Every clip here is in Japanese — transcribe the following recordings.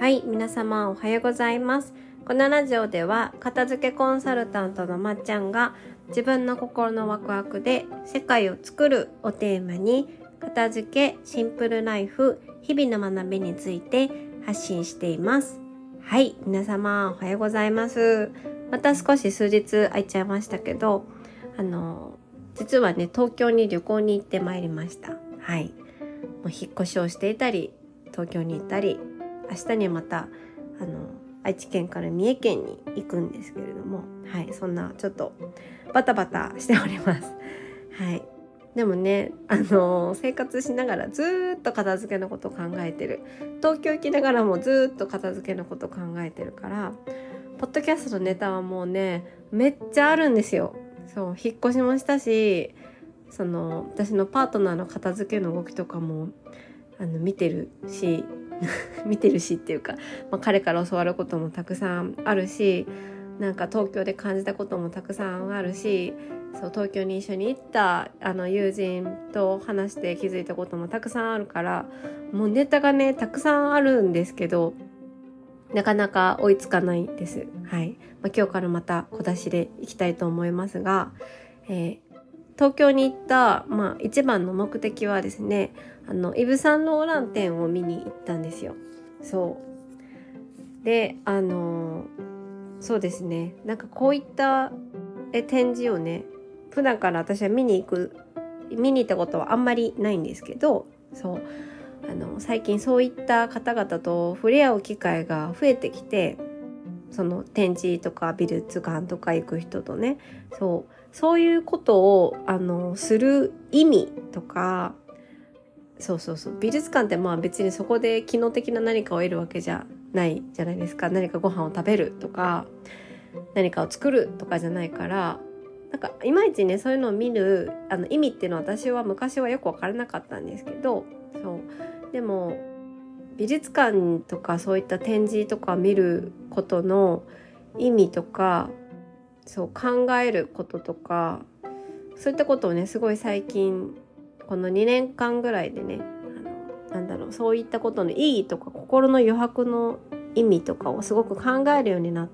はい、皆様おはようございます。このラジオでは片付けコンサルタントのまっちゃんが自分の心のワクワクで世界を作るをテーマに片付け、シンプルライフ、日々の学びについて発信しています。はい、皆様おはようございます。また少し数日空いちゃいましたけど、実はね、東京に旅行に行ってまいりました。はい、もう引っ越しをしていたり、東京に行ったり、明日にまた愛知県から三重県に行くんですけれども、はい、そんなちょっとバタバタしております。はい。でもね、生活しながらずっと片付けのことを考えてる。東京行きながらもずっと片付けのことを考えてるから、ポッドキャストのネタはもうね、めっちゃあるんですよ。そう、引っ越しもしたし、私のパートナーの片付けの動きとかも見てるしっていうか、彼から教わることもたくさんあるし、なんか東京で感じたこともたくさんあるし、そう、東京に一緒に行った友人と話して気づいたこともたくさんあるから、もうネタがねたくさんあるんですけど、なかなか追いつかないです。はい。今日からまた小出しでいきたいと思いますが、東京に行った、一番の目的はですね、イヴ・サンローラン展を見に行ったんですよ。そうで、そうですね、なんかこういった展示をね、普段から私は見に行ったことはあんまりないんですけど、そう最近そういった方々と触れ合う機会が増えてきて、その展示とか美術館とか行く人とね、そういうことをする意味とか、美術館って別にそこで機能的な何かを得るわけじゃないじゃないですか。何かご飯を食べるとか何かを作るとかじゃないから、なんかいまいちね、そういうのを見る意味っていうのは私は昔はよく分からなかったんですけど、でも美術館とかそういった展示とか見ることの意味とか、考えることとか、そういったことをね、すごい最近この2年間ぐらいでね、そういったことの意義とか心の余白の意味とかをすごく考えるようになって、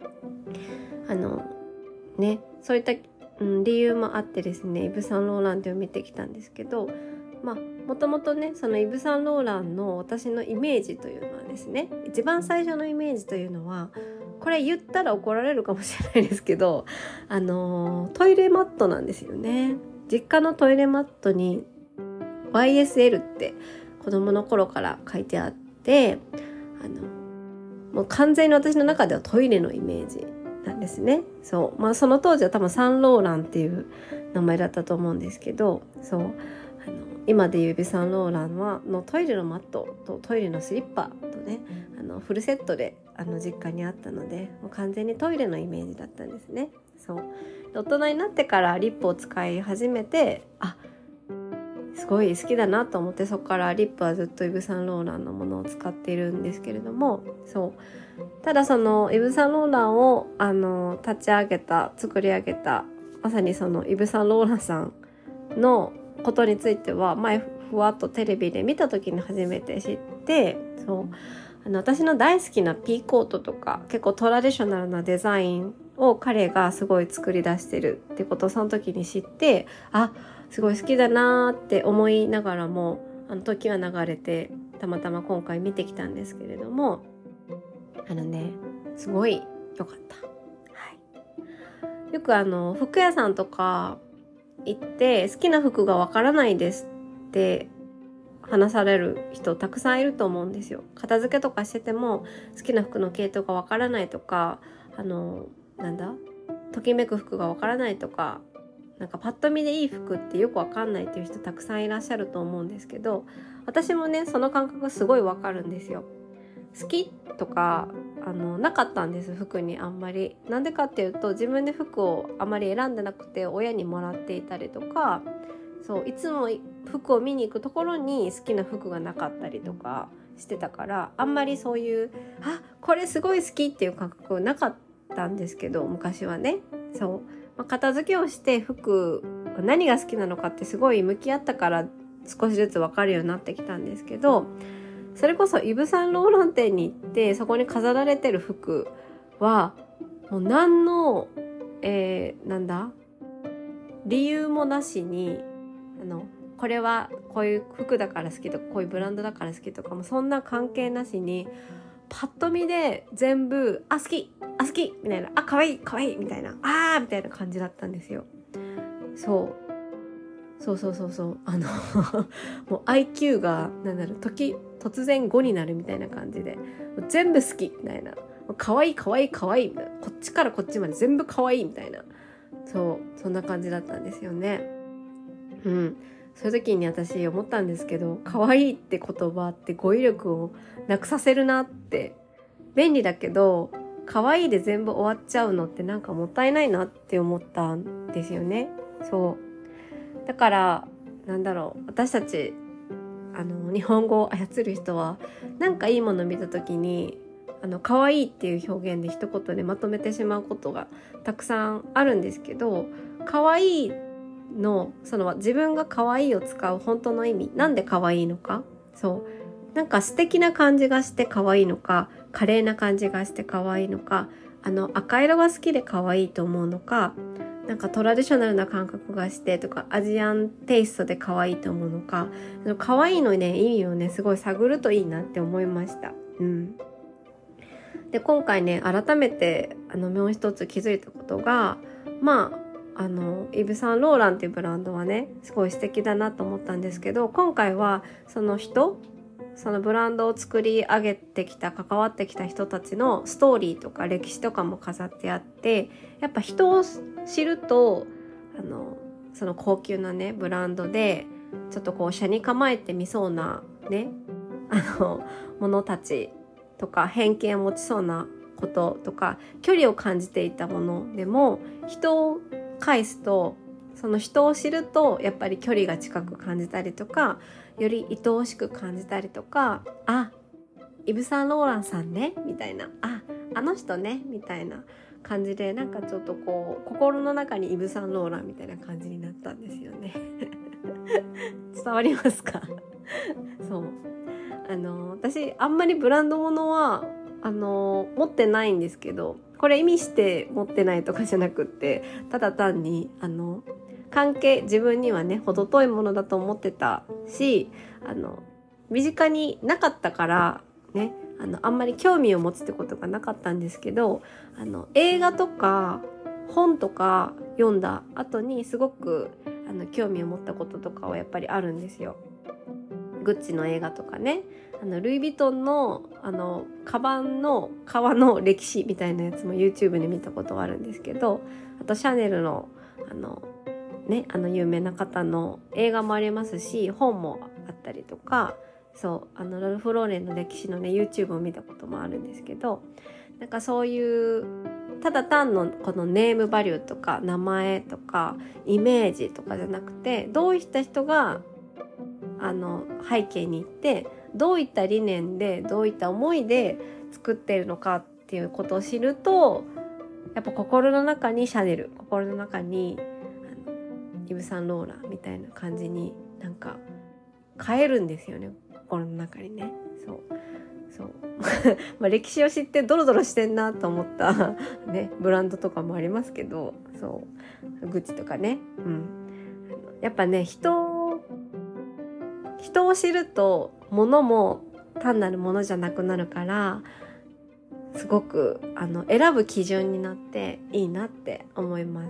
そういった理由もあってですね、イヴ・サンローラン展を見てきたんですけど、もともとね、そのイヴ・サンローランの私のイメージというのはですね、一番最初のイメージというのは、これ言ったら怒られるかもしれないですけど、トイレマットなんですよね。実家のトイレマットに YSL って子供の頃から書いてあって、もう完全に私の中ではトイレのイメージなんですね。その当時は多分サンローランっていう名前だったと思うんですけど、今でいうイヴ・サンローランのトイレのマットとトイレのスリッパとね、フルセットで実家にあったので、もう完全にトイレのイメージだったんですね。大人になってからリップを使い始めて、すごい好きだなと思って、そこからリップはずっとイヴ・サンローランのものを使っているんですけれども、ただそのイヴ・サンローランを作り上げたまさにそのイヴ・サンローランさんのことについては、前ふわっとテレビで見た時に初めて知って、私の大好きなピーコートとか結構トラディショナルなデザインを彼がすごい作り出してるってことをその時に知って、すごい好きだなって思いながらも、時は流れてたまたま今回見てきたんですけれども、すごい良かった。よく服屋さんとか行って好きな服がわからないですって話される人たくさんいると思うんですよ。片付けとかしてても好きな服の系統がわからないとか、ときめく服がわからないとか、なんかパッと見でいい服ってよくわかんないっていう人たくさんいらっしゃると思うんですけど、私もねその感覚がすごいわかるんですよ。好きとかなかったんです、服にあんまり。なんでかっていうと、自分で服をあまり選んでなくて親にもらっていたりとか、いつも服を見に行くところに好きな服がなかったりとかしてたから、あんまりそういうこれすごい好きっていう感覚なかったんですけど、昔はね。片付けをして服何が好きなのかってすごい向き合ったから少しずつ分かるようになってきたんですけど、 それこそイヴ・サンローラン店に行ってそこに飾られてる服はもう何の、理由もなしにこれはこういう服だから好きとかこういうブランドだから好きとかもそんな関係なしにパッと見で全部好きみたいな可愛いみたいなみたいな感じだったんですよ。そうもう IQ が突然5になるみたいな感じで全部好きみたいな可愛いみたいなこっちからこっちまで全部可愛いみたいなそんな感じだったんですよね。そういう時に私思ったんですけど、可愛いって言葉って語彙力をなくさせるなって。便利だけど可愛いで全部終わっちゃうのってなんかもったいないなって思ったんですよね。だから私たち日本語を操る人はなんかいいものを見た時に可愛いっていう表現で一言でまとめてしまうことがたくさんあるんですけど、可愛いの自分が可愛いを使う本当の意味、なんで可愛いのか、なんか素敵な感じがして可愛いのか、華麗な感じがして可愛いのか、赤色が好きで可愛いと思うのか、なんかトラディショナルな感覚がしてとかアジアンテイストで可愛いと思うのか、可愛いのね意味をねすごい探るといいなって思いました。で今回ね改めてもう一つ気づいたことが、イヴ・サンローランっていうブランドはねすごい素敵だなと思ったんですけど、今回はそのブランドを作り上げてきた関わってきた人たちのストーリーとか歴史とかも飾ってあって、やっぱ人を知るとその高級なねブランドでちょっとこう車に構えてみそうなねものたちとか偏見を持ちそうなこととか距離を感じていたものでも、人を介すとその人を知るとやっぱり距離が近く感じたりとか、より愛おしく感じたりとか、イヴ・サンローランさんねみたいな、あの人ねみたいな感じで、なんかちょっとこう心の中にイヴ・サンローランみたいな感じになったんですよね伝わりますか私あんまりブランド物は持ってないんですけど、これ意味して持ってないとかじゃなくって、ただ単に自分にはね程遠いものだと思ってたし、身近になかったからねあんまり興味を持つってことがなかったんですけど、映画とか本とか読んだ後にすごく興味を持ったこととかはやっぱりあるんですよ。グッチの映画とかね、ルイ・ヴィトンのカバンの革の歴史みたいなやつも YouTube で見たことがあるんですけど、あとシャネルの有名な方の映画もありますし、本もあったりとか、ラルフ・ローレンの歴史のね YouTube を見たこともあるんですけど、なんかそういうただ単のこのネームバリューとか名前とかイメージとかじゃなくて、どういった人が背景に行ってどういった理念でどういった思いで作っているのかっていうことを知ると、やっぱ心の中にシャネル、心の中にイヴ・サンローランみたいな感じになんか変えるんですよね、心の中にね。歴史を知ってドロドロしてんなと思ったねブランドとかもありますけど、グッチとかね、やっぱね人を知ると物も単なるものじゃなくなるから、すごく選ぶ基準になっていいなって思います。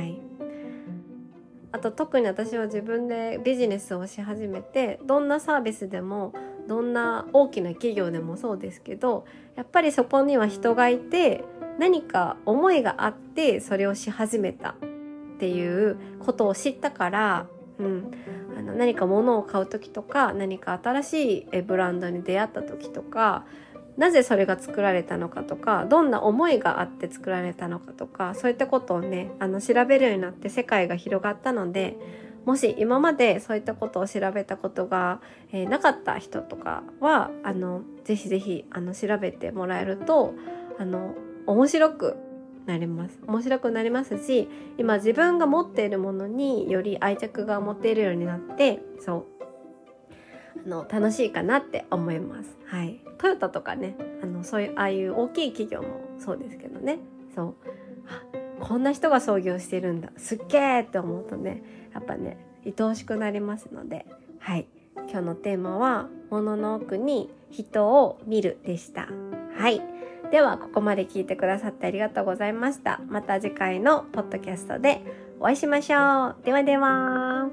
あと特に私は自分でビジネスをし始めて、どんなサービスでもどんな大きな企業でもそうですけど、やっぱりそこには人がいて何か思いがあってそれをし始めたっていうことを知ったから、何か物を買う時とか何か新しいブランドに出会った時とか、なぜそれが作られたのかとか、どんな思いがあって作られたのかとか、そういったことをね調べるようになって世界が広がったので、もし今までそういったことを調べたことが、なかった人とかはぜひぜひ調べてもらえると面白くなりますし、今自分が持っているものにより愛着が持てるようになって、 楽しいかなって思います。はい、トヨタとかね、そういうああいう大きい企業もそうですけどね、そうこんな人が創業してるんだ、すっげーって思うとね、やっぱね愛おしくなりますので、はい、今日のテーマは物の奥に人を見るでした。はい、ではここまで聞いてくださってありがとうございました。また次回のポッドキャストでお会いしましょう。ではでは。